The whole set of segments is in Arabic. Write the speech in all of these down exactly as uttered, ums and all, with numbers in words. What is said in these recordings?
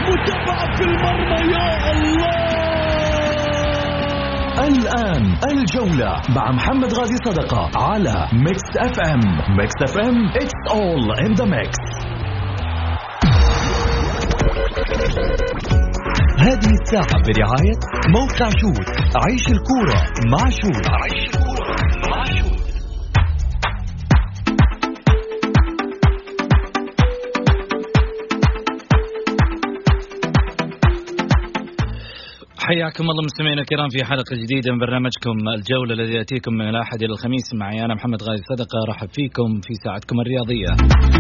متابعة في المرمى يا الله. الآن الجولة مع محمد غازي صدقة على ميكس اف ام. ميكس اف ام it's all in the mix. هذه الساعة برعاية موقع شوت. عيش الكورة مع شوت. عيش الكورة مع شوت. حياكم الله مستمعينا الكرام في حلقة جديدة من برنامجكم الجولة الذي يأتيكم من الأحد إلى الخميس. معي أنا محمد غازي صدقة. رحب فيكم في ساعتكم الرياضية.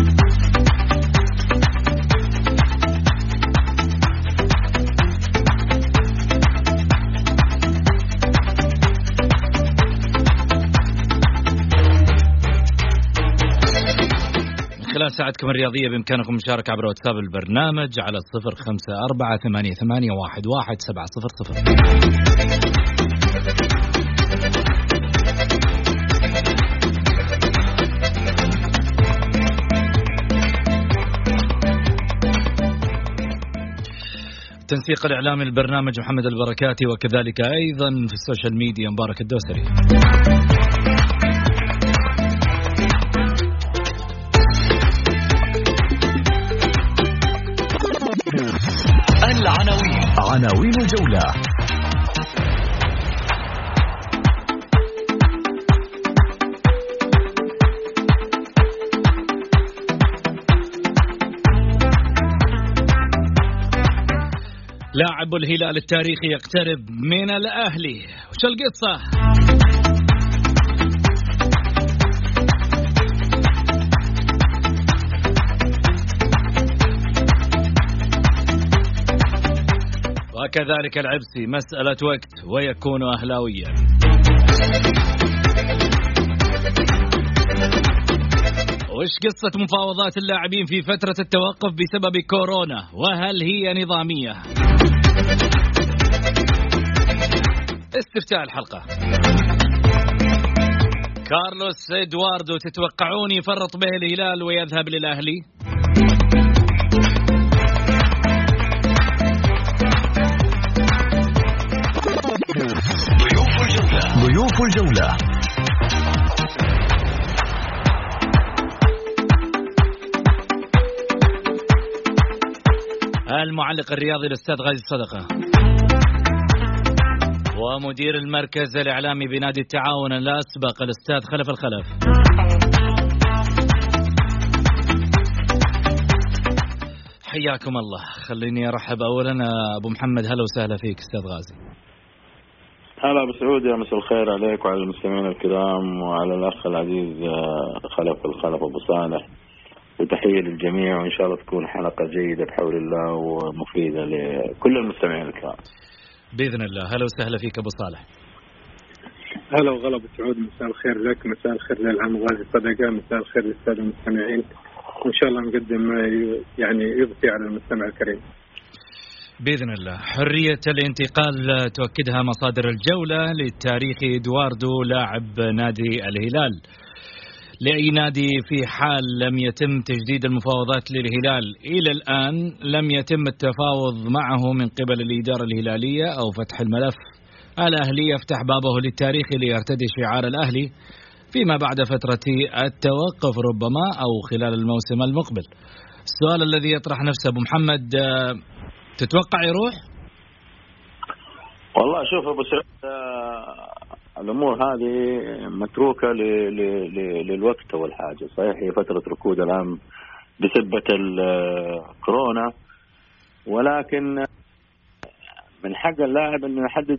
خلال ساعتكم الرياضية بإمكانكم المشاركة عبر واتساب البرنامج على صفر خمسة أربعة ثمانية ثمانية واحد واحد سبعة صفر صفر. تنسيق الإعلامي البرنامج محمد البركاتي، وكذلك أيضا في السوشيال ميديا مبارك الدوسري. العناوين عناوين الجولة. لاعب الهلال التاريخي يقترب من الأهلي، وش القصة؟ وكذلك العبسي مسألة وقت ويكون أهلاويا. وش قصة مفاوضات اللاعبين في فترة التوقف بسبب كورونا، وهل هي نظامية؟ استفتاء الحلقة. كارلوس إدواردو تتوقعون يفرط به الهلال ويذهب للأهلي؟ ضيوف الجولة. ضيوف الجولة. المعلق الرياضي الأستاذ غازي الصدقة، ومدير المركز الإعلامي بنادي التعاون الأسبق الأستاذ خلف الخلف. حياكم الله. خليني أرحب أولا أبو محمد. هلا وسهلا فيك أستاذ غازي. هلا أبو سعود، يا مساء الخير عليك وعلى المستمعين الكرام وعلى الأخ العزيز خلف الخلف أبو صالح، وتحية للجميع، وإن شاء الله تكون حلقة جيدة بحول الله ومفيدة لكل المستمعين الكرام بإذن الله. هلا وسهلا فيك أبو صالح. هلا وغلا أبو سعود، مساء الخير لك، مساء الخير للعم غازي صدقة، مساء الخير للسادة المستمعين، وإن شاء الله نقدم ما يعني يضفي على المستمع الكريم بإذن الله. حرية الانتقال تؤكدها مصادر الجولة للتاريخي إدواردو لاعب نادي الهلال لأي نادي في حال لم يتم تجديد المفاوضات للهلال. إلى الآن لم يتم التفاوض معه من قبل الإدارة الهلالية أو فتح الملف. الأهلي يفتح بابه للتاريخي ليرتدي شعار الأهلي فيما بعد فترة التوقف ربما أو خلال الموسم المقبل. السؤال الذي يطرح نفسه أبو محمد، تتوقع يروح؟ والله شوف أبو سعود، الأمور هذه متروكة للوقت والحاجة. صحيح هي فترة ركود الآن بسبة الكورونا، ولكن من حق اللاعب أنه يحدد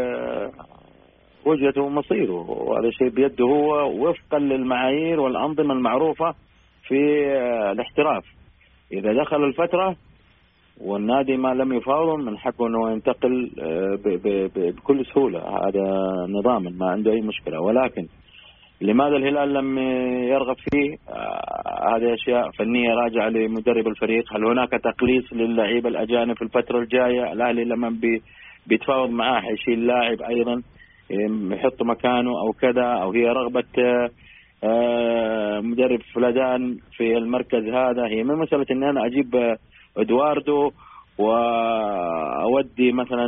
وجهته ومصيره، وهذا شيء بيده هو وفقا للمعايير والأنظمة المعروفة في الاحتراف. إذا دخل الفترة والنادي ما لم يفاوض من حقه أنه ينتقل بكل سهولة، هذا نظاما ما عنده أي مشكلة. ولكن لماذا الهلال لم يرغب فيه؟ هذه أشياء فنية راجعة لمدرب الفريق. هل هناك تقليص للاعيبة الأجانب في الفترة الجاية؟ الأهلي لما بيتفاوض معاه حيشيل لاعب أيضا يحط مكانه أو كذا، أو هي رغبة مدرب فلدان في المركز هذا؟ هي من مسألة أن أنا أجيب إدواردو وأودي مثلا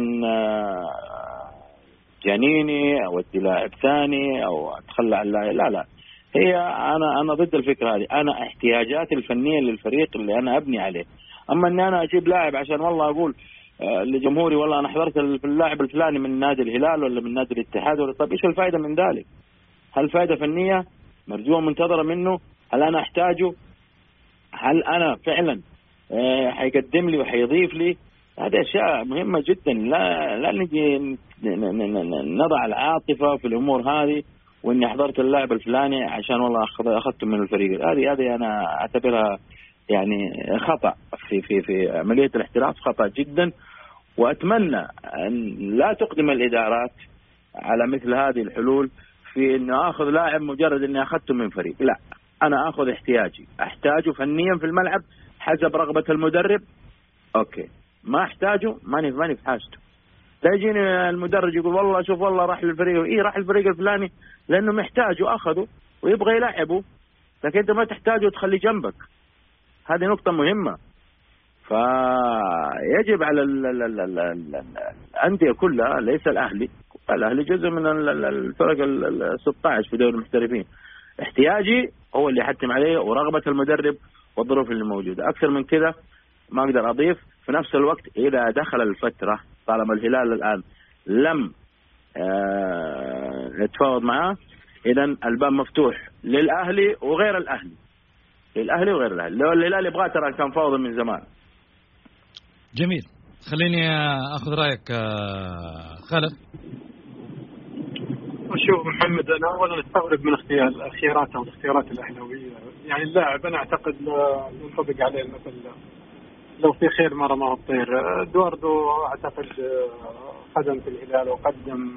جنيني أودي لاعب ثاني أو أتخلى عن لاعب. لا لا هي أنا أنا ضد الفكرة هذه. أنا احتياجاتي الفنية للفريق اللي أنا أبني عليه. أما أني أنا أجيب لاعب عشان والله أقول لجمهوري والله أنا حضرت اللاعب الفلاني من نادي الهلال ولا من نادي الاتحاد ولا، طب إيش الفائدة من ذلك؟ هل فائدة فنية مرجوة منتظرة منه؟ هل أنا أحتاجه؟ هل أنا فعلا حيقدم لي وحيضيف لي؟ هذه أشياء مهمة جدا. لا لا نجي نضع العاطفة في الأمور هذه وإني حضرت اللاعب الفلاني عشان والله أخذته من الفريق. هذه هذه أنا أعتبرها يعني خطأ في في في عملية الاحتراف، خطأ جدا. وأتمنى أن لا تقدم الإدارات على مثل هذه الحلول في إنه أخذ لاعب مجرد إني أخذته من فريق. لا، أنا أخذ احتياجي، أحتاجه فنيا في الملعب حسب رغبة المدرب، أوكي. ما أحتاجه ماني ماني في حاجته. لا يجيني المدرب يقول والله شوف والله راح للفريق، إيه راح الفريق الفلاني لأنه محتاجه أخذه ويبغى يلعبه، لكن أنت ما تحتاجه وتخليه جنبك. هذه نقطة مهمة. فيجب على الأندية كلها، ليس الأهلي، الأهلي جزء من الفرق الستة عشر في دوري المحترفين. احتياجي هو اللي يحتم عليه ورغبة المدرب والظروف اللي موجودة. أكثر من كذا ما أقدر أضيف. في نفس الوقت إذا دخل الفترة، طالما الهلال الآن لم نتفاوض معاه، إذا الباب مفتوح للأهلي وغير الأهلي، للأهلي وغير الأهلي. لو الهلال يبغى ترى كان فاوض من زمان. جميل. خليني أخذ رأيك خالد. شوف محمد، أنا أولا أستغرب من اختيار الخيارات أو الاختيارات الأهلاوية. يعني اللاعب أنا أعتقد ينطبق عليه المثل لو في خير ما رماه الطير. إدواردو أعتقد خدم في الهلال وقدم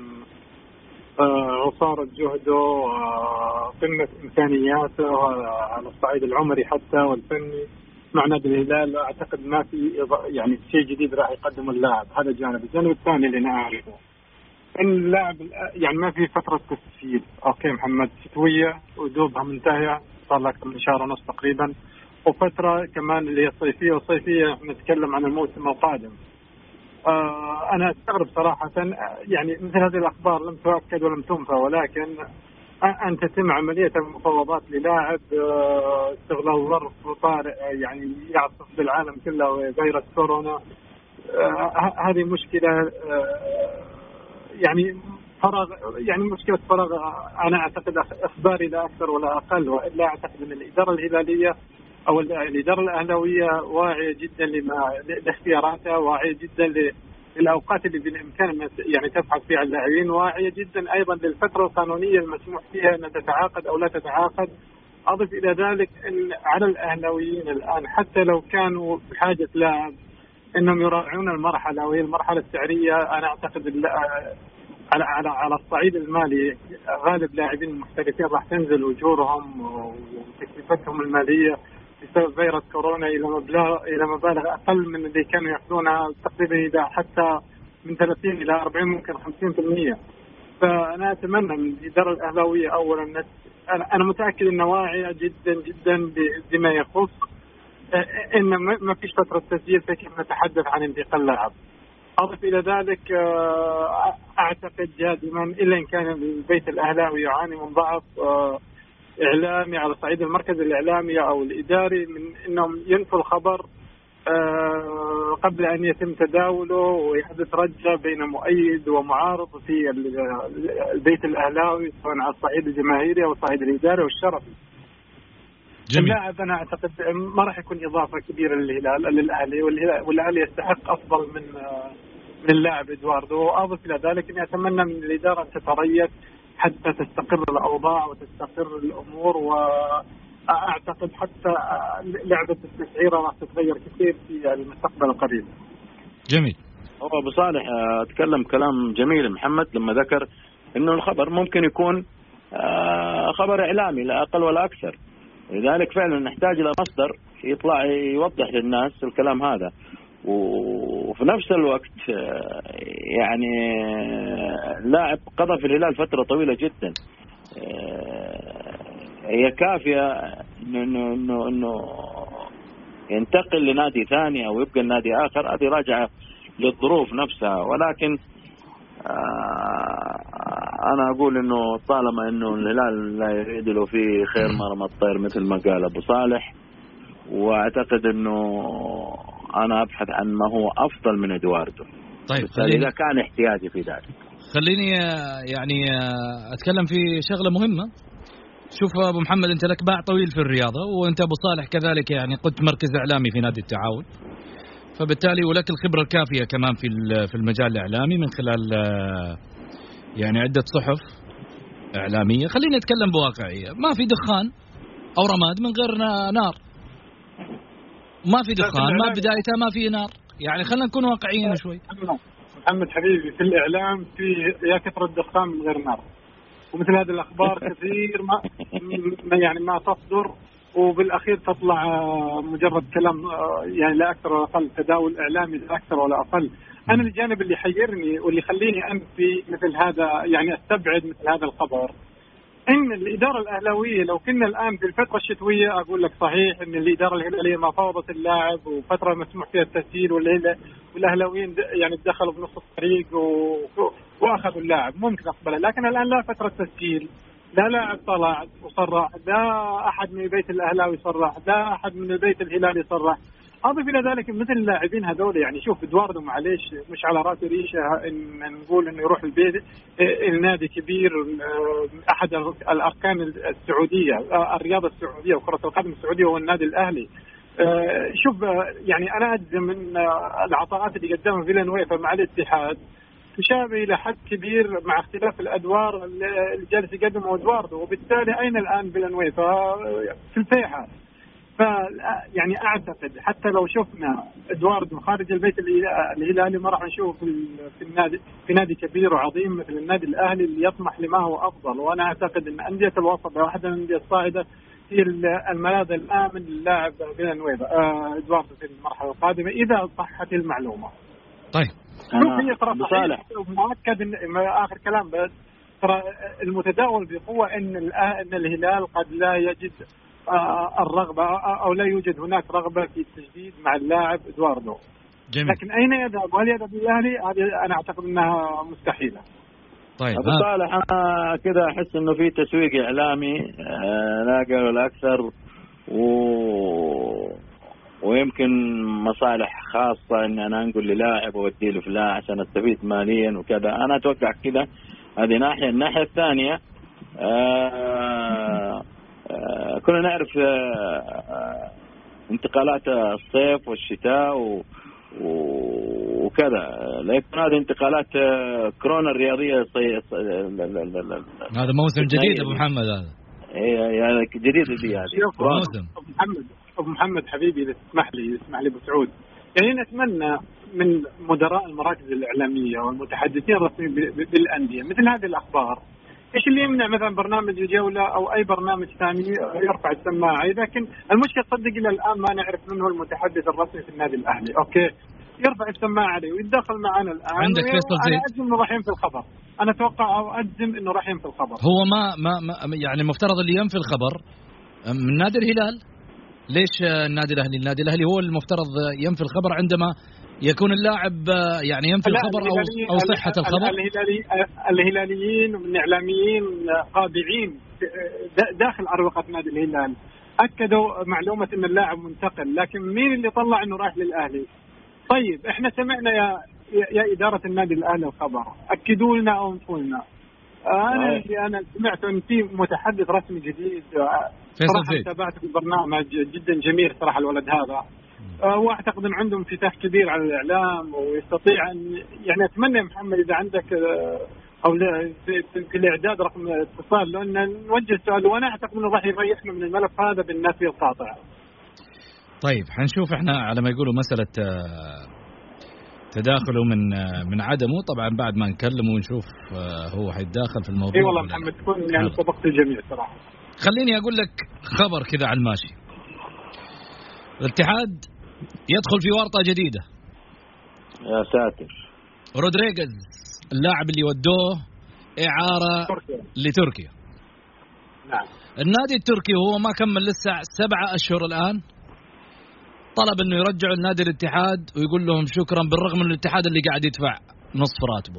عصارة جهده، قمة إمكانياته على الصعيد العمري حتى والفني مع نادي الهلال. أعتقد ما في يعني شيء جديد راح يقدمه اللاعب. هذا الجانب. الجانب الثاني اللي أنا أعرفه إن اللاعب يعني ما في فترة تسجيل. أوكي محمد، شتوية ودوبها منتهية، صار لك من شهر ونص تقريبا، وفترة كمان اللي هي الصيفية، والصيفية نتكلم عن الموسم القادم. آه أنا أستغرب صراحة. يعني مثل هذه الأخبار لم تؤكد ولم تنفى، ولكن أن تتم عملية المفاوضات للاعب آه استغلال ظرف طارئ يعني يعصف بالعالم كله فيروس كورونا. آه هذه مشكلة آه يعني فراغ، يعني مشكلة فراغ. أنا أعتقد إخباري لا أكثر ولا أقل. وإلا أعتقد أن الإدارة الهلالية أو الإدارة الأهلاوية واعية جدا لما لاختياراتها، واعية جدا للأوقات اللي بالإمكان يعني تبحث فيها اللاعبين، واعية جدا أيضا للفترة القانونية المسموح فيها أن تتعاقد أو لا تتعاقد. أضف إلى ذلك أن على الأهلاويين الآن حتى لو كانوا بحاجة لاعب أنهم يراعون المرحلة وهي المرحلة السعرية. أنا أعتقد على على على الصعيد المالي غالب لاعبين المحترفين راح تنزل أجورهم وتكلفتهم المالية بسبب فيروس كورونا إلى مبلغ إلى مبالغ أقل من اللي كانوا يأخذونها تقريبا إذا حتى من ثلاثين إلى أربعين ممكن خمسين بالمئة. فأنا أتمنى من الإدارة الأهلاوية أولا، أنا أنا متأكد أن واعية جدا جدا بما يخص إن ما فيش فترة تسجيل فكيف نتحدث عن انتقال لاعب. أضف إلى ذلك أعتقد جازما إلا إن كان البيت الأهلاوي يعاني من ضعف إعلامي على صعيد المركز الإعلامي أو الإداري من أنهم ينفوا الخبر قبل أن يتم تداوله ويحدث رجة بين مؤيد ومعارض في البيت الأهلاوي سواء على الصعيد الجماهيري أو الصعيد الإداري والشرفي. اللاعب أنا أعتقد ما راح يكون إضافة كبيرة للهلال للأهلي، والأهلي يستحق أفضل من من اللاعب إدواردو. وأضف إلى ذلك أني أتمنى من الإدارة أن تتريث حتى تستقر الأوضاع وتستقر الأمور. وأعتقد حتى لعبة التسعيرة راح تتغير كثير في المستقبل القريب. جميل. هو أبو صالح أتكلم كلام جميل محمد لما ذكر إنه الخبر ممكن يكون خبر إعلامي لا أقل ولا أكثر، لذلك فعلا نحتاج إلى مصدر يطلع يوضح للناس الكلام هذا. وفي نفس الوقت يعني لاعب قضى في الهلال فترة طويلة جدا هي كافية إنه إنه إنه ينتقل لنادي ثاني أو يبقى النادي آخر، هذه راجعة للظروف نفسها. ولكن أنا أقول إنه طالما إنه الهلال لا يريد له فيه خير مرمى الطير مثل ما قال أبو صالح، وأعتقد إنه أنا أبحث عن ما هو أفضل من إدواردو. طيب إذا كان احتياجي في ذلك. خليني يعني أتكلم في شغلة مهمة. شوف أبو محمد، أنت لك باع طويل في الرياضة، وأنت أبو صالح كذلك يعني قدت مركز إعلامي في نادي التعاون، فبالتالي ولك الخبرة الكافية كمان في في المجال الإعلامي من خلال يعني عدة صحف إعلامية. خلينا نتكلم بواقعية، ما في دخان أو رماد من غير نار، ما في دخان ما بدايتها ما في نار، يعني خلينا نكون واقعيين شوي. محمد حبيبي، في الإعلام في يا كثرة دخان من غير نار، ومثل هذه الأخبار كثير ما يعني ما تصدر وبالأخير تطلع مجرد كلام يعني لا أكثر ولا أقل، تداول إعلامي لا أكثر ولا أقل. أنا الجانب اللي حيرني واللي يخليني أنفي مثل هذا، يعني أستبعد مثل هذا الخبر، إن الإدارة الأهلاوية لو كنا الآن في الفترة الشتوية أقول لك صحيح إن الإدارة الهلالية ما فاوضت اللاعب وفترة مسموح فيها التسجيل، والأهلاويين يعني دخلوا بنص الطريق وأخذوا اللاعب، ممكن أقبله. لكن الآن لا فترة تسجيل، لا لاعب طلع وصرح، لا أحد من البيت الأهلاوي صرح، لا أحد من البيت الهلالي صرح. أضف إلى ذلك مثل اللاعبين هذول، يعني شوف إدواردو معليش مش على رأس ريشة إن نقول إنه يروح البيت النادي كبير، أحد الأركان السعودية، الرياضة السعودية وكرة القدم السعودية هو النادي الأهلي. شوف يعني أنا أجزم من العطاءات اللي قدمها فيلانويفا مع الاتحاد تشابه إلى حد كبير مع اختلاف الأدوار اللي جالس يقدمه إدواردو، وبالتالي أين الآن فيلانويفا؟ في الفيحة. ف يعني أعتقد حتى لو شفنا إدواردو خارج البيت الهلالي ما راح نشوف في النادي في نادي كبير وعظيم مثل النادي الأهلي اللي يطمح لما هو أفضل. وأنا أعتقد أن أندية الوسط واحدة من الأندية الصاعدة هي الملاذ الآمن للاعب فيلانويفا إدواردو في المرحلة القادمة إذا صحت المعلومة. طيب أنا صالح مؤكد إن آخر كلام بس ترى المتداول بقوة إن إن الهلال قد لا يجد الرغبة أو لا يوجد هناك رغبة في التجديد مع اللاعب إدواردو. جميل. لكن أين يذهب؟ هل يذهب للأهلي؟ هذه أنا أعتقد أنها مستحيلة. طيب أبو صالح، أنا كده أحس إنه في تسويق إعلامي لا أقل ولا أكثر، و... ويمكن مصالح خاصة إن أنا أنقل للاعب وأوديه لفلان عشان أستفيد ماليا وكذا. أنا أتوقع كده. هذه ناحية. الناحية الثانية آه آه كنا نعرف آه انتقالات الصيف والشتاء و... وكذا، لكن هذه انتقالات كورونا الرياضية صي... هذا موسم جديد أبو محمد. هذا يعني جديد دي هذه موسم. أبو محمد أبو محمد حبيبي إذا تسمح لي إذا تسمح لي أبو سعود، يعني نتمنى من مدراء المراكز الإعلامية والمتحدثين الرسميين بالأندية مثل هذه الأخبار. إيش اللي يمنع مثلا برنامج الجولة أو أي برنامج ثاني يرفع السماعة؟ لكن المشكلة صدق إلى الآن ما نعرف منه المتحدث الرسمي في النادي الأهلي. أوكي، يرفع السماعة عليه ويتدخل معنا الآن. عندك فيصل زيد. أنا أجزم إنه راح ينفي الخبر. أنا أتوقع أو أجزم إنه راح ينفي الخبر. هو ما ما, ما يعني المفترض اللي ينفي الخبر من نادي الهلال. ليش النادي الأهلي؟ النادي الأهلي هو المفترض ينفي الخبر عندما يكون اللاعب يعني ينفي الخبر أو أو صحة الخبر. الهلالي الهلاليين والإعلاميين قابعين داخل أروقة نادي الهلال أكدوا معلومة إن اللاعب منتقل، لكن مين اللي طلع إنه راح للأهلي؟ طيب إحنا سمعنا يا يا إدارة النادي الأهلي الخبر، أكدوا لنا أو انفوا لنا. أنا أنا سمعت إن في متحدث رسمي جديد صراحة تابعت البرنامج جدا جميل صراحة الولد هذا، واعتقد ان عندهم انفتاح كبير على الاعلام ويستطيع ان يعني اتمنى يا محمد اذا عندك او في الاعداد رقم اتصال لان نوجه السؤال، وانا اعتقد انه راح يريحنا من الملف هذا بالنفي القاطع. طيب حنشوف احنا على ما يقولوا مساله تداخله من من عدمه، طبعا بعد ما نكلمه ونشوف هو حيتداخل في الموضوع. اي والله محمد تكون يعني سبقت الجميع صراحه. خليني اقول لك خبر كذا على الماشي. الاتحاد يدخل في ورطة جديدة. يا ساتر. رودريغيز اللاعب اللي ودوه إعارة تركيا. لتركيا. نعم. النادي التركي هو ما كمل لسه سبعة أشهر الآن طلب انه يرجعوا النادي الاتحاد ويقول لهم شكرا، بالرغم من الاتحاد اللي قاعد يدفع نصف راتبه.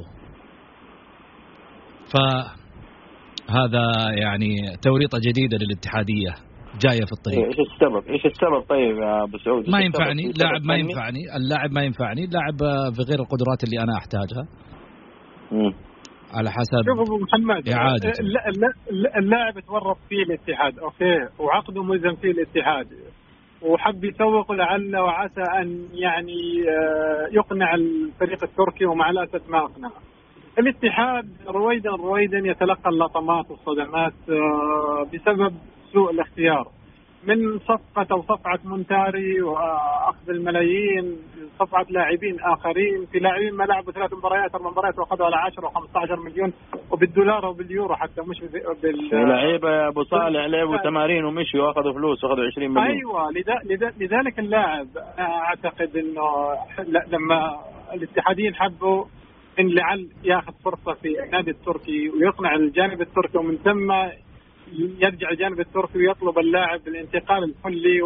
فهذا يعني توريطة جديدة للاتحادية جاية في الطريق. ايش السبب؟ ايش السبب طيب يا ابو سعود؟ ما ينفعني لاعب، ما ينفعني اللاعب، ما ينفعني اللاعب في غير القدرات اللي انا احتاجها. امم على حسب. شوف ابو محمد، إعادة. اللاعب تورط فيه الاتحاد اوكي، وعقده ملزم فيه الاتحاد، وحب يسوق لعل وعسى ان يعني يقنع الفريق التركي، ومع الاسف ما اقنع. الاتحاد رويدا رويدا يتلقى اللطمات والصدمات بسبب سوء الاختيار، من صفقة أو صفعة مونتاري وأخذ الملايين، صفعة لاعبين آخرين، في لاعبين ما لعبوا ثلاث مباريات أربع مباريات وأخذوا على عشرة وخمسة عشر مليون، وبالدولار وباليورو حتى، مش بال. لعيبة يا أبو صالح لعبوا تمارين ومشوا وأخذوا فلوس وأخذوا عشرين مليون. أيوة، لذلك اللاعب أعتقد إنه لما الاتحاديين حبوا إن لعل يأخذ فرصة في النادي التركي ويقنع الجانب التركي، ومن ثم يرجع الجانب التركي ويطلب اللاعب بالانتقال الكلي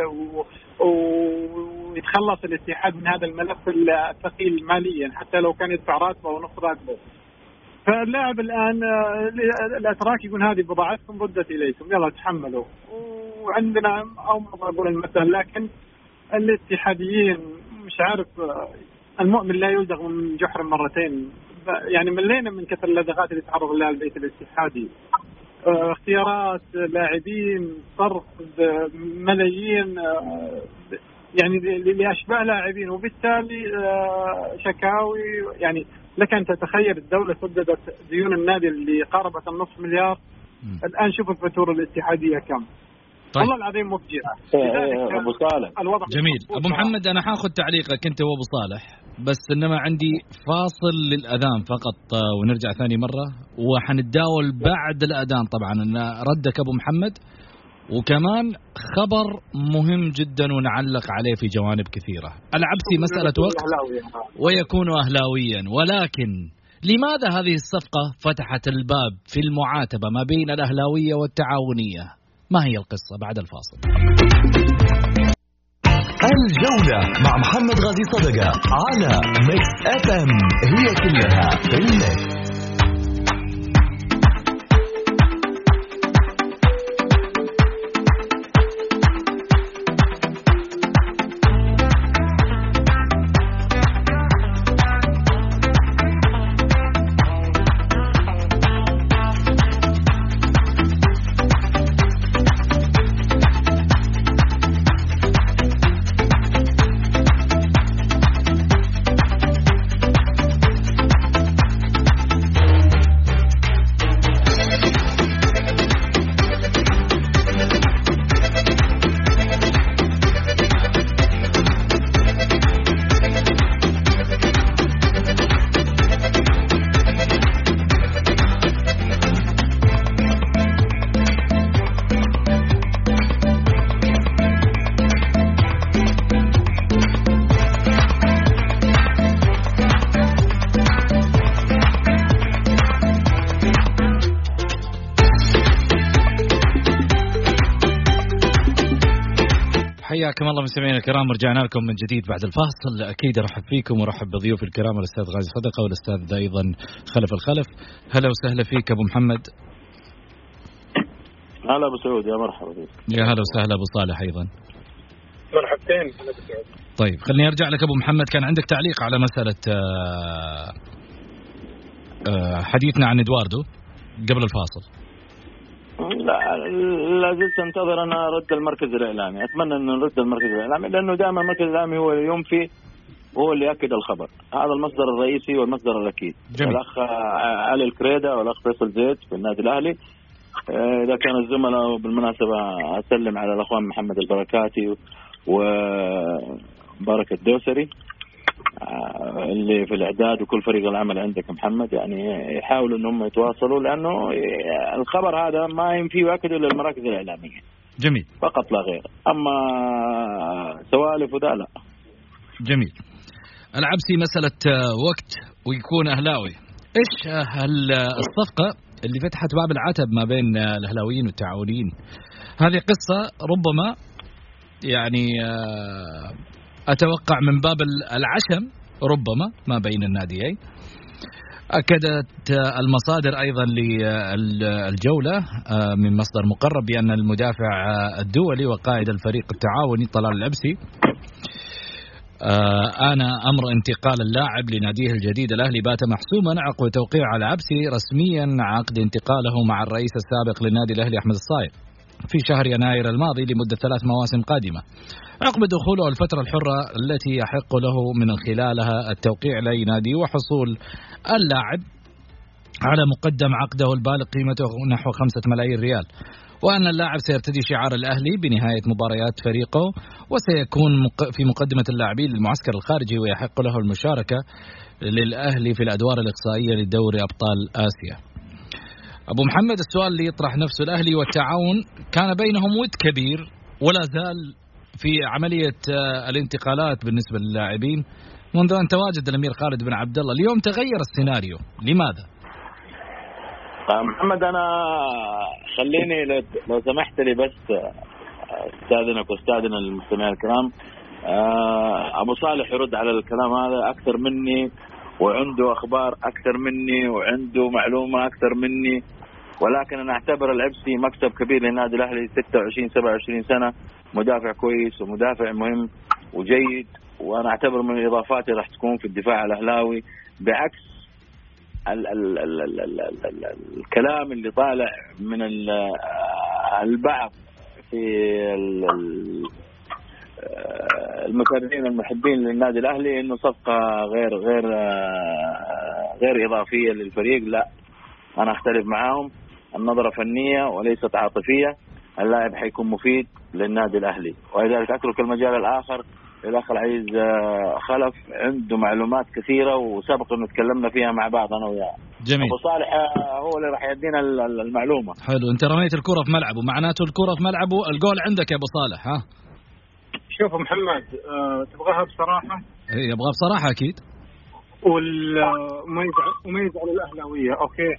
ويتخلص الاتحاد من هذا الملف الثقيل ماليا، حتى لو كان يدفع راتبه ونصف راتبه. فاللاعب الآن الأتراك يقول هذه بضاعتكم ردت إليكم، يلا تحملوا. وعندنا أو ما أقول المثل، لكن الاتحاديين مش عارف، المؤمن لا يلدغ من جحر مرتين. يعني ملينا من كثر اللدغات اللي تعرض لها البيت الاتحادي، اختيارات لاعبين، صرف ملايين يعني لأشباه لاعبين، وبالتالي شكاوي. يعني لك أن تتخيل الدولة سددت ديون النادي اللي قاربت النصف مليار، الآن شوف الفاتورة الاتحادية كم. طيب. والله العظيم مفجعة. أبو صالح جميل. أبو محمد أنا حاخذ تعليقك أنت وأبو صالح، بس إنما عندي فاصل للأذان فقط ونرجع ثاني مرة، وحنتداول بعد الأذان طبعا أن ردك أبو محمد، وكمان خبر مهم جدا ونعلق عليه في جوانب كثيرة. العبسي مسألة وقت ويكون أهلاويا، ولكن لماذا هذه الصفقة فتحت الباب في المعاتبة ما بين الأهلاوية والتعاونية؟ ما هي القصة بعد الفاصل؟ الجولة مع محمد غازي صدقة على ميكس اف ام، هي كلها في الميكس. حياكم الله مستمعينا الكرام، رجعنا لكم من جديد بعد الفاصل. اكيد ارحب فيكم ورحب بضيوف الكرام الاستاذ غازي صدقه والاستاذ ايضا خلف الخلف. هلا وسهلا فيك ابو محمد. هلا ابو سعود، يا مرحبا فيك. يا هلا وسهلا ابو صالح ايضا. مرحبتين ابو سعود. طيب خليني ارجع لك ابو محمد، كان عندك تعليق على مساله حديثنا عن ادواردو قبل الفاصل. لا لا زلت انتظر انا رد المركز الاعلامي، اتمنى انه نرد المركز الاعلامي، لانه دائما المركز الاعلامي هو اللي ينفي وهو اللي ياكد الخبر. هذا المصدر الرئيسي والمصدر الاكيد. جميل. الاخ علي الكريده والاخ فيصل زيد في النادي الاهلي، اذا كان الزملاء بالمناسبه اسلم على الاخوان محمد البركاتي وبركه الدوسري اللي في الإعداد وكل فريق العمل عندك محمد، يعني يحاولوا أنهم يتواصلوا، لأنه الخبر هذا ما ينفي ويأكد إلا المراكز الإعلامية. جميل. فقط لا غير، أما سوالف وذا لا. جميل. العبسي مسألة وقت ويكون أهلاوي، إيش الصفقة اللي فتحت باب العتب ما بين الأهلاويين والتعاونيين؟ هذه قصة ربما يعني أتوقع من باب العشم ربما ما بين الناديين. أكدت المصادر أيضا للجولة من مصدر مقرب بأن المدافع الدولي وقائد الفريق التعاوني طلال العبسي آن أمر انتقال اللاعب لناديه الجديد الأهلي بات محسوما عقب توقيع العبسي رسميا عقد انتقاله مع الرئيس السابق للنادي الأهلي أحمد الصايغ في شهر يناير الماضي لمدة ثلاث مواسم قادمة، عقب دخوله الفترة الحرة التي يحق له من خلالها التوقيع لنادي وحصول اللاعب على مقدم عقده البالغ قيمته نحو خمسة ملايين ريال، وأن اللاعب سيرتدي شعار الأهلي بنهاية مباريات فريقه، وسيكون في مقدمة اللاعبين للمعسكر الخارجي، ويحق له المشاركة للأهلي في الأدوار الإقصائية لدوري أبطال آسيا. أبو محمد، السؤال اللي يطرح نفسه، الأهلي والتعاون كان بينهم ود كبير ولا زال في عملية الانتقالات بالنسبة للاعبين منذ أن تواجد الأمير خالد بن عبد الله، اليوم تغير السيناريو، لماذا؟ محمد أنا خليني لو سمحت لي بس أستاذنك وأستاذنا المستمعين الكرام، أبو صالح يرد على الكلام هذا أكثر مني، وعنده أخبار أكثر مني، وعنده معلومة أكثر مني، ولكن أنا أعتبر العبسي مكسب كبير للنادي الأهلي. ستة وعشرين سبعة وعشرين سنة، مدافع كويس ومدافع مهم وجيد، وأنا أعتبر من الإضافات اللي راح تكون في الدفاع الأهلاوي، بعكس ال ال ال ال ال ال ال الكلام اللي طالع من البعض في المكررين المحبين للنادي الأهلي إنه صفقة غير غير غير إضافية للفريق. لا، أنا أختلف معاهم، النظرة فنية وليست عاطفية، اللاعب حيكون مفيد للنادي الأهلي، ولذلك أترك المجال الآخر للأخ العزيز خلف، عنده معلومات كثيرة وسبق إنه تكلمنا فيها مع بعض أنا وياه. جميل. أبو صالح هو اللي راح يدينا المعلومة. حلو، أنت رميت الكرة في ملعبه، معناته الكرة في ملعبه، الجول عندك يا أبو صالح. ها شوف محمد، أه تبغاها بصراحة؟ إيه يبغى بصراحة أكيد، وما يزعل وما يزعل الأهلاوية. أوكي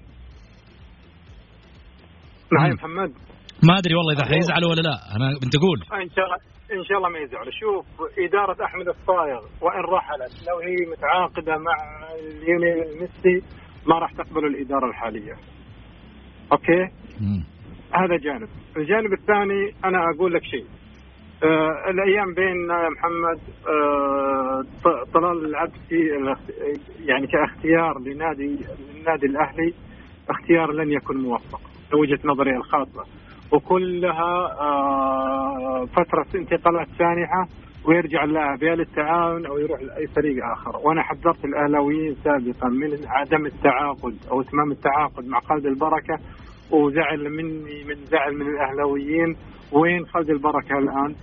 معي محمد؟ ما أدري والله إذا حيزعل ولا لا، أنا أنت قول. إن شاء الله إن شاء الله ما يزعل. شوف، إدارة أحمد الصايغ وإن رحلت، لو هي متعاقدة مع ليونيل ميسي ما راح تقبل الإدارة الحالية. أوكي مم. هذا جانب. الجانب الثاني أنا أقول لك شيء، آه الأيام بين محمد آه طلال العبسي يعني كاختيار لنادي للنادي الأهلي اختيار لن يكون موفق وجهة نظري الخاصة، وكلها آه فترة انتقالات سانحة ويرجع اللاعب يا للتعاون أو يروح لأي فريق آخر. وأنا حذرت الأهلاويين سابقا من عدم التعاقد أو إتمام التعاقد مع خالد البركة، وزعل مني من زعل من الأهلاويين. وين خالد البركة الآن؟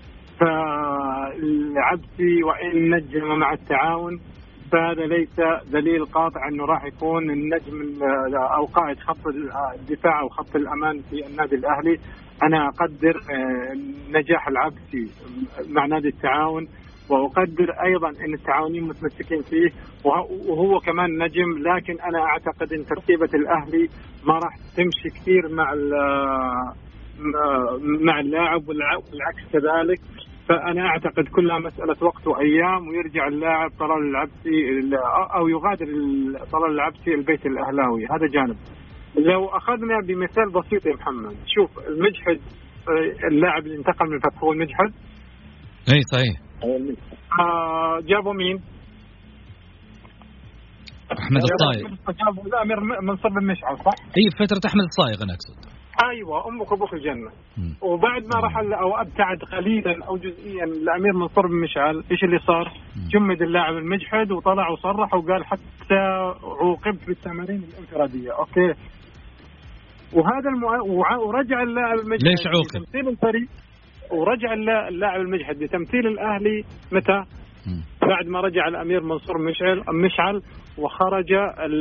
فالعبسي وإن نجم مع التعاون فهذا ليس دليل قاطع أنه راح يكون النجم أو قائد خط الدفاع أو خط الأمان في النادي الأهلي. أنا أقدر نجاح العبسي مع نادي التعاون، وأقدر أيضا أن التعاونين متمسكين فيه وهو كمان نجم، لكن أنا أعتقد أن ترتيبة الأهلي ما راح تمشي كثير مع مع اللاعب والعكس كذلك. فأنا أعتقد كلها مسألة وقت وأيام ويرجع اللاعب طلال العبسي أو يغادر طلال العبسي البيت الأهلاوي. هذا جانب. لو أخذنا بمثال بسيط يا محمد، شوف المجحد، اللاعب اللي انتقل من فتح هو المجحد. أي صحيح. آه جابوا مين؟ أحمد الصايغ. جابوا الأمير منصور بن مشعل صح؟ أي فترة أحمد الصايغ أنا أقصد. أيوة، أمك وأبوك الجنة. م. وبعد ما رحل أو أبتعد قليلا أو جزئيا الأمير منصور بن مشعل، إيش اللي صار؟ م. جمد اللاعب المجحد وطلع وصرح وقال حتى عوقبت بالتمارين الانفرادية. أوكي، وهذا المو... ورجع اللاعب المجحد ليش عوقب؟ بتمثيل الفريق، ورجع اللاعب المجحد بتمثيل الأهلي متى؟ م. بعد ما رجع الأمير منصور مشعل مشعل وخرج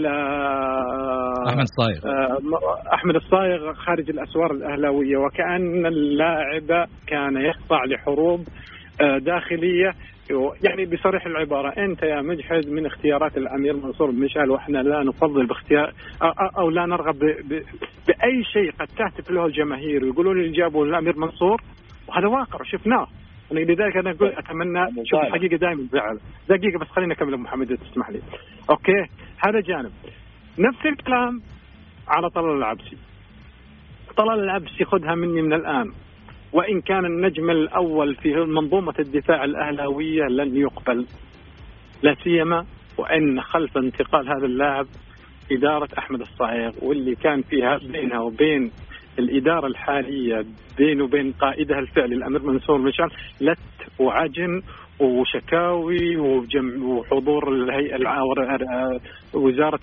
أحمد الصايغ أحمد الصايغ خارج الأسوار الأهلاوية، وكأن اللاعب كان يخضع لحروب داخلية. يعني بصريح العبارة أنت يا مجحد من اختيارات الأمير منصور مشعل، وإحنا لا نفضل باختيار أو لا نرغب بأي شيء قد تهتف له الجماهير ويقولون اللي جابوا الأمير منصور، وهذا واقع شفناه. لذلك انا اقول اتمنى شوف الحقيقه دائما زعل دقيقه بس خليني اكمل ابو محمد اذا تسمح لي. اوكي هذا جانب. نفس الكلام على طلال العبسي. طلال العبسي خذها مني من الان، وان كان النجم الاول في منظومه الدفاع الاهلاويه لن يقبل، لا سيما وان خلف انتقال هذا اللاعب اداره احمد الصعيغ، واللي كان فيها بينها وبين الإدارة الحالية بينه وبين قائدها الفعلي الأمير منصور مشعل لت وعجن وشكاوي وجمع وحضور الهيئة وزارة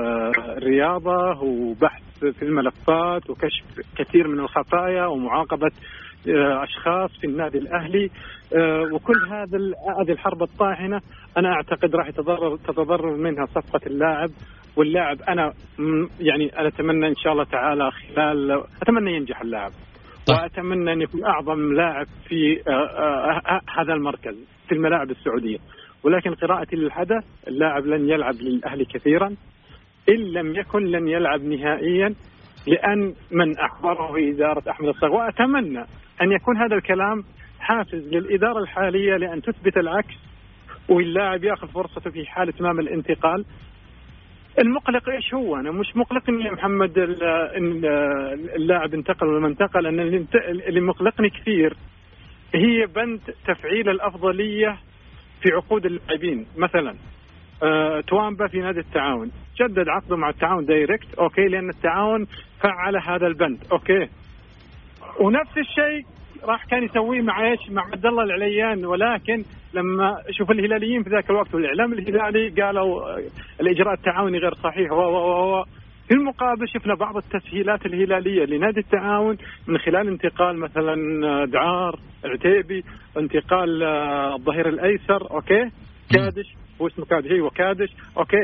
الرياضة وبحث في الملفات وكشف كثير من الخطايا ومعاقبة أشخاص في النادي الأهلي، وكل هذا هذه الحرب الطاحنة أنا أعتقد راح يتضرر تتضرر منها صفقة اللاعب. واللاعب أنا يعني أنا أتمنى إن شاء الله تعالى خلال أتمنى ينجح اللاعب، وأتمنى أن يكون أعظم لاعب في هذا المركز في الملاعب السعودية. ولكن قراءتي للحدث اللاعب لن يلعب للأهلي كثيرا، إن لم يكن لن يلعب نهائيا، لأن من أحضره إدارة أحمد الصعيغ. وأتمنى أن يكون هذا الكلام حافز للإدارة الحالية لأن تثبت العكس، واللاعب يأخذ فرصته في حال إتمام الانتقال. المقلق إيش هو؟ أنا مش مقلقني يا محمد إن اللاعب انتقل ولا ما انتقل، أنا اللي مقلقني كثير هي بند تفعيل الأفضلية في عقود اللاعبين. مثلا أه توامبا في نادي التعاون جدد عقده مع التعاون دايركت، أوكي، لأن التعاون فعل هذا البند، أوكي. ونفس الشيء راح كان يسويه مع ايش؟ مع عبد الله العليان. ولكن لما شوف الهلاليين في ذاك الوقت والاعلام الهلالي قالوا الاجراء التعاوني غير صحيح، و و و في المقابل شفنا بعض التسهيلات الهلاليه لنادي التعاون من خلال انتقال مثلا دعار عتيبي، انتقال الظهير الايسر، اوكي، كادش، هو اسمه كادش، ايوه كادش، اوكي،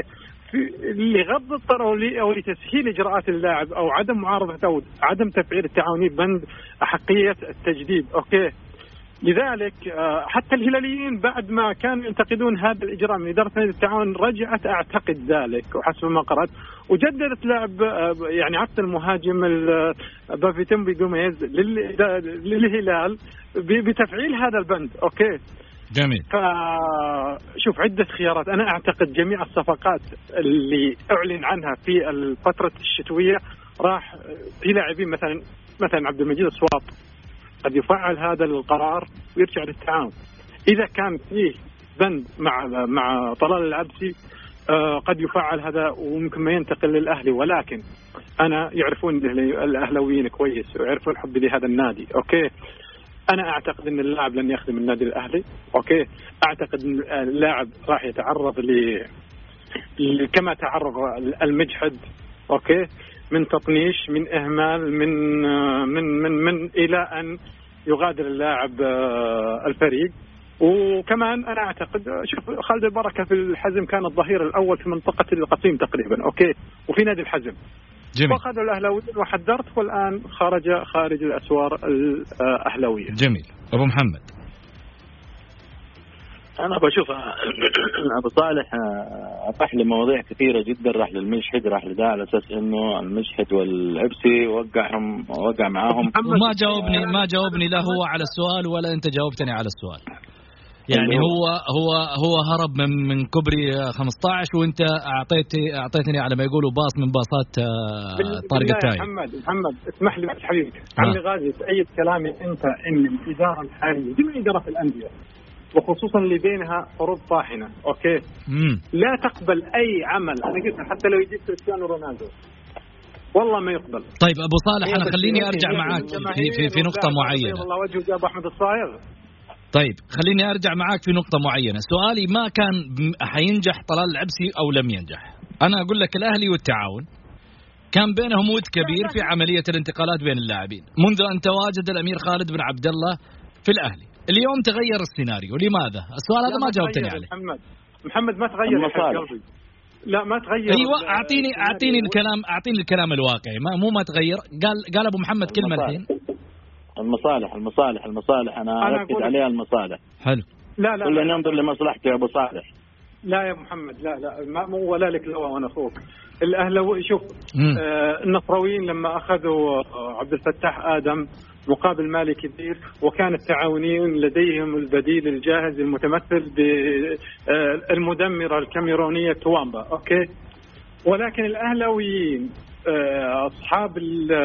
لغض الضرر او لتسهيل اجراءات اللاعب او عدم معارضه او عدم تفعيل التعاوني بند احقيه التجديد، اوكي. لذلك حتى الهلاليين بعد ما كانوا ينتقدون هذا الاجراء من اداره نادي التعاون رجعت اعتقد ذلك وحسب ما قرات وجددت لاعب يعني عقد المهاجم بافيتمبي جوميز للهلال بتفعيل هذا البند، اوكي. جميل. فشوف عدة خيارات. أنا أعتقد جميع الصفقات اللي أعلن عنها في الفترة الشتوية راح في لاعبين مثلا مثلا عبد المجيد الصواب قد يفعل هذا القرار ويرجع للتعاون. إذا كان فيه بند مع مع طلال العبسي قد يفعل هذا وممكن ما ينتقل للأهلي، ولكن أنا يعرفون الأهلاويين كويس ويعرفون حبي لهذا النادي، أوكي. أنا أعتقد أن اللاعب لن يخدم النادي الأهلي، أوكي. أعتقد أن اللاعب راح يتعرض ل كما تعرض المجحد، أوكي، من تطنيش، من إهمال، من من من من إلى أن يغادر اللاعب الفريق. وكمان أنا أعتقد شوف خالد البركة في الحزم كان الظهير الأول في منطقة القصيم تقريبا، أوكي، وفي نادي الحزم. جميل. وأخذوا الأهلاويين وحذرت والآن خرج خارج الأسوار الأهلاوية. جميل. أبو محمد. أنا بشوف أبو صالح راح لمواضيع كثيرة جدا، راح للمجحد، راح لده على أساس إنه المجحد والعبسي وقعهم وقع معاهم. وما جاوبني ما جاوبني لا هو على السؤال ولا أنت جاوبتني على السؤال. يعني هو هو هو هرب من من كوبري خمسة عشر وانت اعطيتي اعطيتني على ما يقولوا باص من باصات طارق التاي. محمد محمد اسمح لي بس حبيبي عمي غازي تأيد كلامي انت ان الاداره الحاليه ضمن اداره الانديه وخصوصا اللي بينها حروب طاحنه، اوكي، مم. لا تقبل اي عمل. انا قلت حتى لو يجيب كريستيانو رونالدو والله ما يقبل. طيب ابو صالح انا خليني ارجع معاك في في في نقطه معينه. والله وجهه جاب احمد الصايغ. طيب خليني أرجع معاك في نقطة معينة. سؤالي ما كان حينجح طلال العبسي أو لم ينجح، أنا أقول لك الأهلي والتعاون كان بينهم ود كبير في عملية الانتقالات بين اللاعبين منذ أن تواجد الأمير خالد بن عبد الله في الأهلي. اليوم تغير السيناريو، لماذا؟ السؤال هذا ما جاوبتني عليه. محمد محمد ما تغير قلبي. لا ما تغير. أيوة أعطيني أعطيني الكلام أعطيني الكلام الواقعي، ما مو ما تغير. قال قال أبو محمد كلمة الحين. المصالح المصالح المصالح أنا أركز عليها المصالح. حلو. لا لا كلنا ننظر لمصلحته يا أبو صالح. لا يا محمد لا لا ما مو ولا لك لو وأنا أخوك. الأهلاوي شوف آه النصراويين لما أخذوا عبد الفتاح آدم مقابل مالي كبير، وكان التعاونيون لديهم البديل الجاهز المتمثل بالمدمرة الكاميرونية توامبا. أوكي، ولكن الأهلاويين أصحاب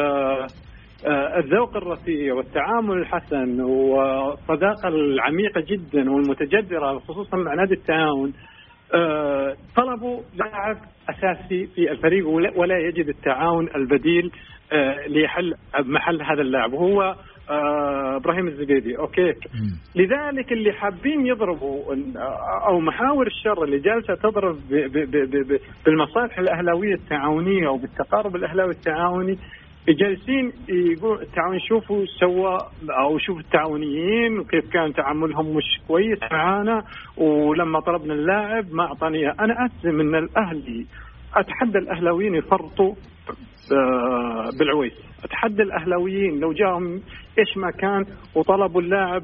الذوق الرفيع والتعامل الحسن والصداقة العميقة جدا والمتجذرة خصوصا مع نادي التعاون طلبوا لاعب أساسي في الفريق، ولا يجد التعاون البديل ليحل محل هذا اللاعب، وهو إبراهيم الزبيدي. أوكي، لذلك اللي حابين يضربوا أو محاور الشر اللي جالسة تضرب بالمصالح الأهلاوية التعاونية أو بالتقارب الأهلاوي التعاوني، جالسين يقول التعاون شوفوا سوى أو شوفوا التعاونيين وكيف كان تعاملهم مش كويس معانا، ولما طلبنا اللاعب ما أعطاني. أنا أجزم أن الأهلي، أتحدى الأهلاويين يفرطوا بالعويس، أتحدى الأهلاويين لو جاءهم إيش ما كان وطلبوا اللاعب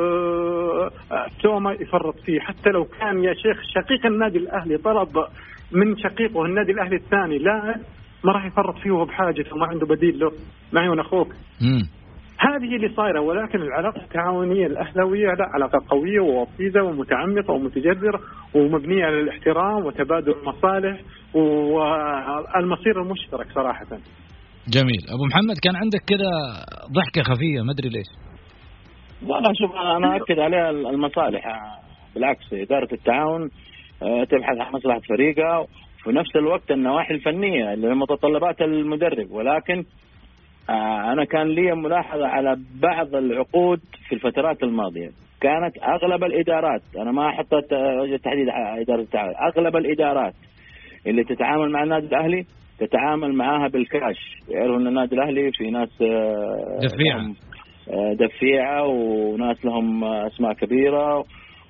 توما يفرط فيه، حتى لو كان يا شيخ شقيق النادي الأهلي طلب من شقيقه النادي الأهلي الثاني لاعب ما راح يفرط فيه وبحاجته وما عنده بديل له، معي وانا اخوك. هذه اللي صايره. ولكن العلاقه التعاونيه الاهلاويه لا، علاقه قويه ووطيده ومتعمقه ومتجذره ومبنيه على الاحترام وتبادل المصالح والمصير المشترك صراحه. جميل. ابو محمد، كان عندك كذا ضحكه خفيه ما ادري ليش. والله شوف، انا اكد عليها المصالح، بالعكس اداره التعاون تبحث عن مصلحه فريقها في نفس الوقت النواحي الفنية اللي متطلبات المدرب. ولكن أنا كان لي ملاحظة على بعض العقود في الفترات الماضية، كانت أغلب الإدارات، أنا ما أحط تحديد إدارة التعاون، أغلب الإدارات اللي تتعامل مع النادي الأهلي تتعامل معاها بالكاش. يعرفوا أن النادي الأهلي في ناس دفيعة دفيعة وناس لهم أسماء كبيرة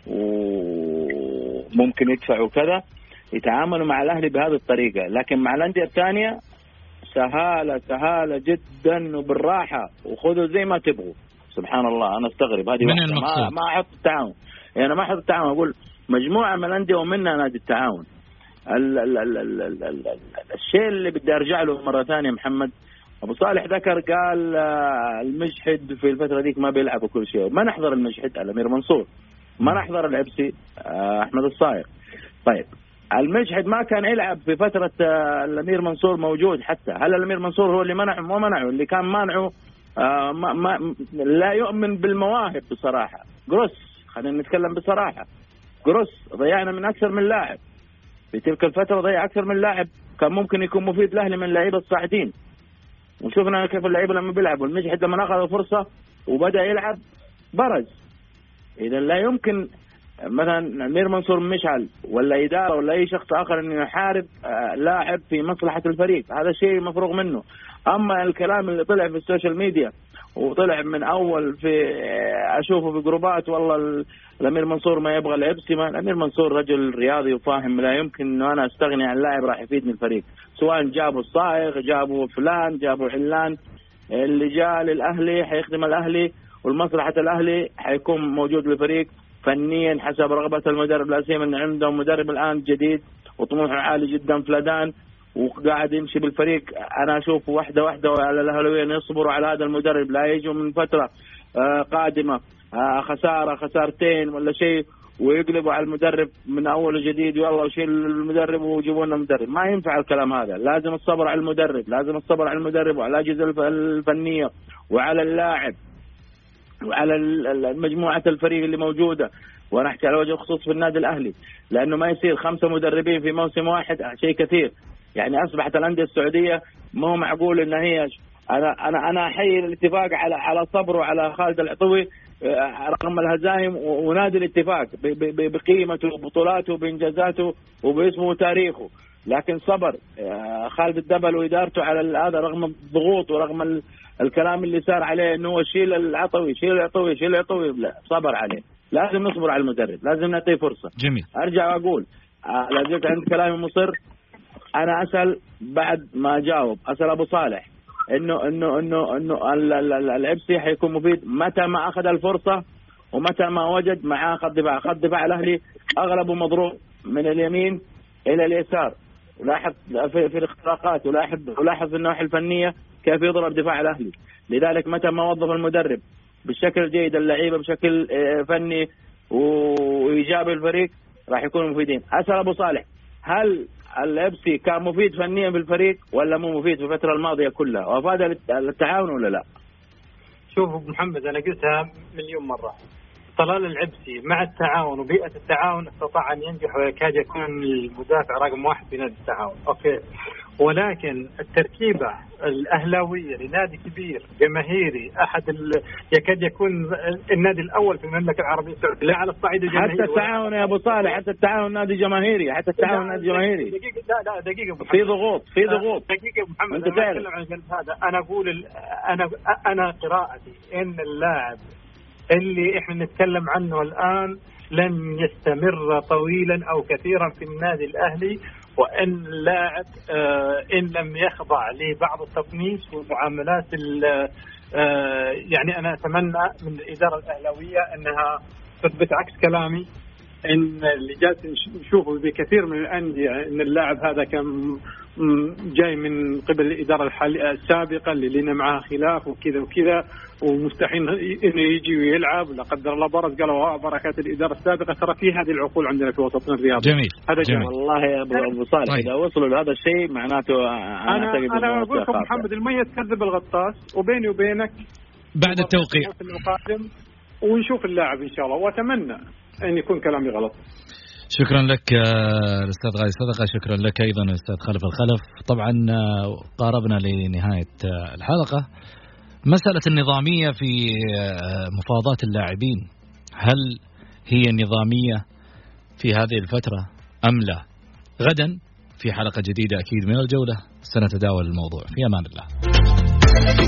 وممكن يدفعوا كذا، يتعاملوا مع الأهلي بهذه الطريقة. لكن مع الأندية الثانية سهالة سهالة جدا وبالراحة، وخذوا زي ما تبغوا. سبحان الله، أنا استغرب هذه ما ما أحط التعاون، يعني أنا ما أحط التعاون، أقول مجموعة من الأندية ومنها نادي التعاون. ال ال ال ال ال ال ال الشيء اللي بدي أرجع له مرة ثانية، محمد أبو صالح ذكر قال المجحد في الفترة ديك ما بيلعب وكل شيء. ما نحضر المجحد الأمير منصور، ما نحضر العبسي أحمد الصايغ. طيب المجحد ما كان يلعب في فترة الأمير منصور موجود حتى. هل الأمير منصور هو اللي منعه؟ ما منعه، اللي كان مانعه آه ما ما لا يؤمن بالمواهب بصراحة. جروس، خلينا نتكلم بصراحة، جروس ضيعنا من أكثر من لاعب في تلك الفترة، ضيع أكثر من لاعب كان ممكن يكون مفيد لأهلي من اللعيبة الصاعدين، وشوفنا كيف اللعيبة لما بيلعبوا. المجحد لما أخذ الفرصة وبدأ يلعب برز. إذا لا يمكن مثلا أمير منصور مشعل ولا إدارة ولا أي شخص آخر أنه يحارب لاعب في مصلحة الفريق، هذا شيء مفروغ منه. أما الكلام اللي طلع في السوشيال ميديا وطلع من أول في أشوفه في جروبات، والله الأمير منصور ما يبغى العبسي. ما الأمير منصور رجل رياضي وفاهم، لا يمكن أنه أنا أستغني عن لاعب راح يفيدني الفريق، سواء جابوا الصائغ جابوا فلان جابوا علان، اللي جاء للأهلي حيخدم الأهلي والمصلحة الأهلي حيكون موجود للفريق فنيا حسب رغبة المدرب. لا سيما أن عندهم مدرب الآن جديد وطموحه عالي جدا فلدان، وقاعد يمشي بالفريق. أنا أشوف واحدة واحدة على الأهلاويين يصبروا على هذا المدرب، لا يجوا من فترة قادمة خسارة خسارتين ولا شيء ويقلبوا على المدرب من أول وجديد، والله وشيل المدرب ويجيبوا لنا مدرب. ما ينفع الكلام هذا. لازم الصبر على المدرب، لازم الصبر على المدرب وعلى الأجهزة الفنية وعلى اللاعب وعلى مجموعة الفريق اللي موجودة. وأنا أحكي على وجه الخصوص في النادي الأهلي، لأنه ما يصير خمسة مدربين في موسم واحد، شيء كثير. يعني أصبحت الأندية السعودية ما هو معقول إن هي أنا أنا أنا أحيي الاتفاق على على صبره وعلى خالد العطوي رغم الهزائم، ونادي الاتفاق بقيمته وبطولاته وبإنجازاته وباسمه وتاريخه، لكن صبر خالد الدبل وإدارته على هذا رغم الضغوط ورغم الكلام اللي صار عليه إنه هو شيل العطوي شيل العطوي شيل العطوي، لا صبر عليه. لازم نصبر على المدرب، لازم نعطيه فرصة. جميل. أرجع وأقول لا زلت عند كلامي مصر. أنا أسأل بعد ما أجاوب، أسأل أبو صالح إنه إنه إنه إنه العبسي حيكون مفيد متى ما أخذ الفرصة ومتى ما وجد معاه خط دفاع. خط دفاع الأهلي أغلبه مضروب من اليمين إلى اليسار. لاحظ في, في الاختراقات، ولاحظ ولاحظ في النواحي الفنية كيف يضرب دفاع الأهلي. لذلك متى ما وظف المدرب بالشكل الجيد اللعيبة بشكل فني وإيجابي الفريق راح يكونوا مفيدين. أسأل أبو صالح، هل الأبسي كان مفيد فنيا بالفريق ولا مو مفيد في الفترة الماضية كلها، وأفاد التعاون ولا لا؟ شوف محمد، أنا قلتها مليون مرة، طلال العبسي مع التعاون وبيئة التعاون استطاع أن ينجح ويكاد يكون المدافع رقم واحد في نادي التعاون. أوكي، ولكن التركيبة الأهلاوية لنادي كبير جماهيري أحد يكاد يكون النادي الأول في المملكة العربية السعودية، لا على الصعيد الجماهيري حتى التعاون يا أبو صالح، حتى التعاون نادي جماهيري، حتى التعاون نادي جماهيري. دقيقة لا لا دقيقة محمد. في ضغوط في ضغوط دقيقة محمد، أنا أتكلم عن هذا. أنا أقول أنا أنا قراءتي إن اللاعب اللي إحنا نتكلم عنه الآن لن يستمر طويلا أو كثيرا في النادي الأهلي، وأن اللاعب آه إن لم يخضع لبعض التطنيش والمعاملات آه يعني أنا أتمنى من الإدارة الأهلاوية أنها تثبت عكس كلامي، إن اللي جالس نشوفه بكثير من الأندية إن اللاعب هذا كان جاي من قبل الإدارة السابقة اللي لنا معها خلاف وكذا وكذا، ومستحيل إنه يجي ويلعب، لا قدر الله برز، قالوا بركات الإدارة السابقة. ترى في هذه العقول عندنا في وسطنا الرياضي. جميل. هذا جميل. والله يا أبو صالح طيب. إذا وصلوا لهذا الشيء معناته أنا أنا, أنا أقول لكم محمد، المية تكذب الغطاس، وبيني وبينك بعد التوقيع القادم ونشوف اللاعب إن شاء الله، وأتمنى أن يكون كلامي غلط. شكرا لك الأستاذ غازي صدقة، شكرا لك أيضا الأستاذ خلف الخلف. طبعا قاربنا لنهاية الحلقة. مسألة النظامية في مفاوضات اللاعبين، هل هي نظامية في هذه الفترة أم لا؟ غدا في حلقة جديدة أكيد من الجولة سنتداول الموضوع. في أمان الله.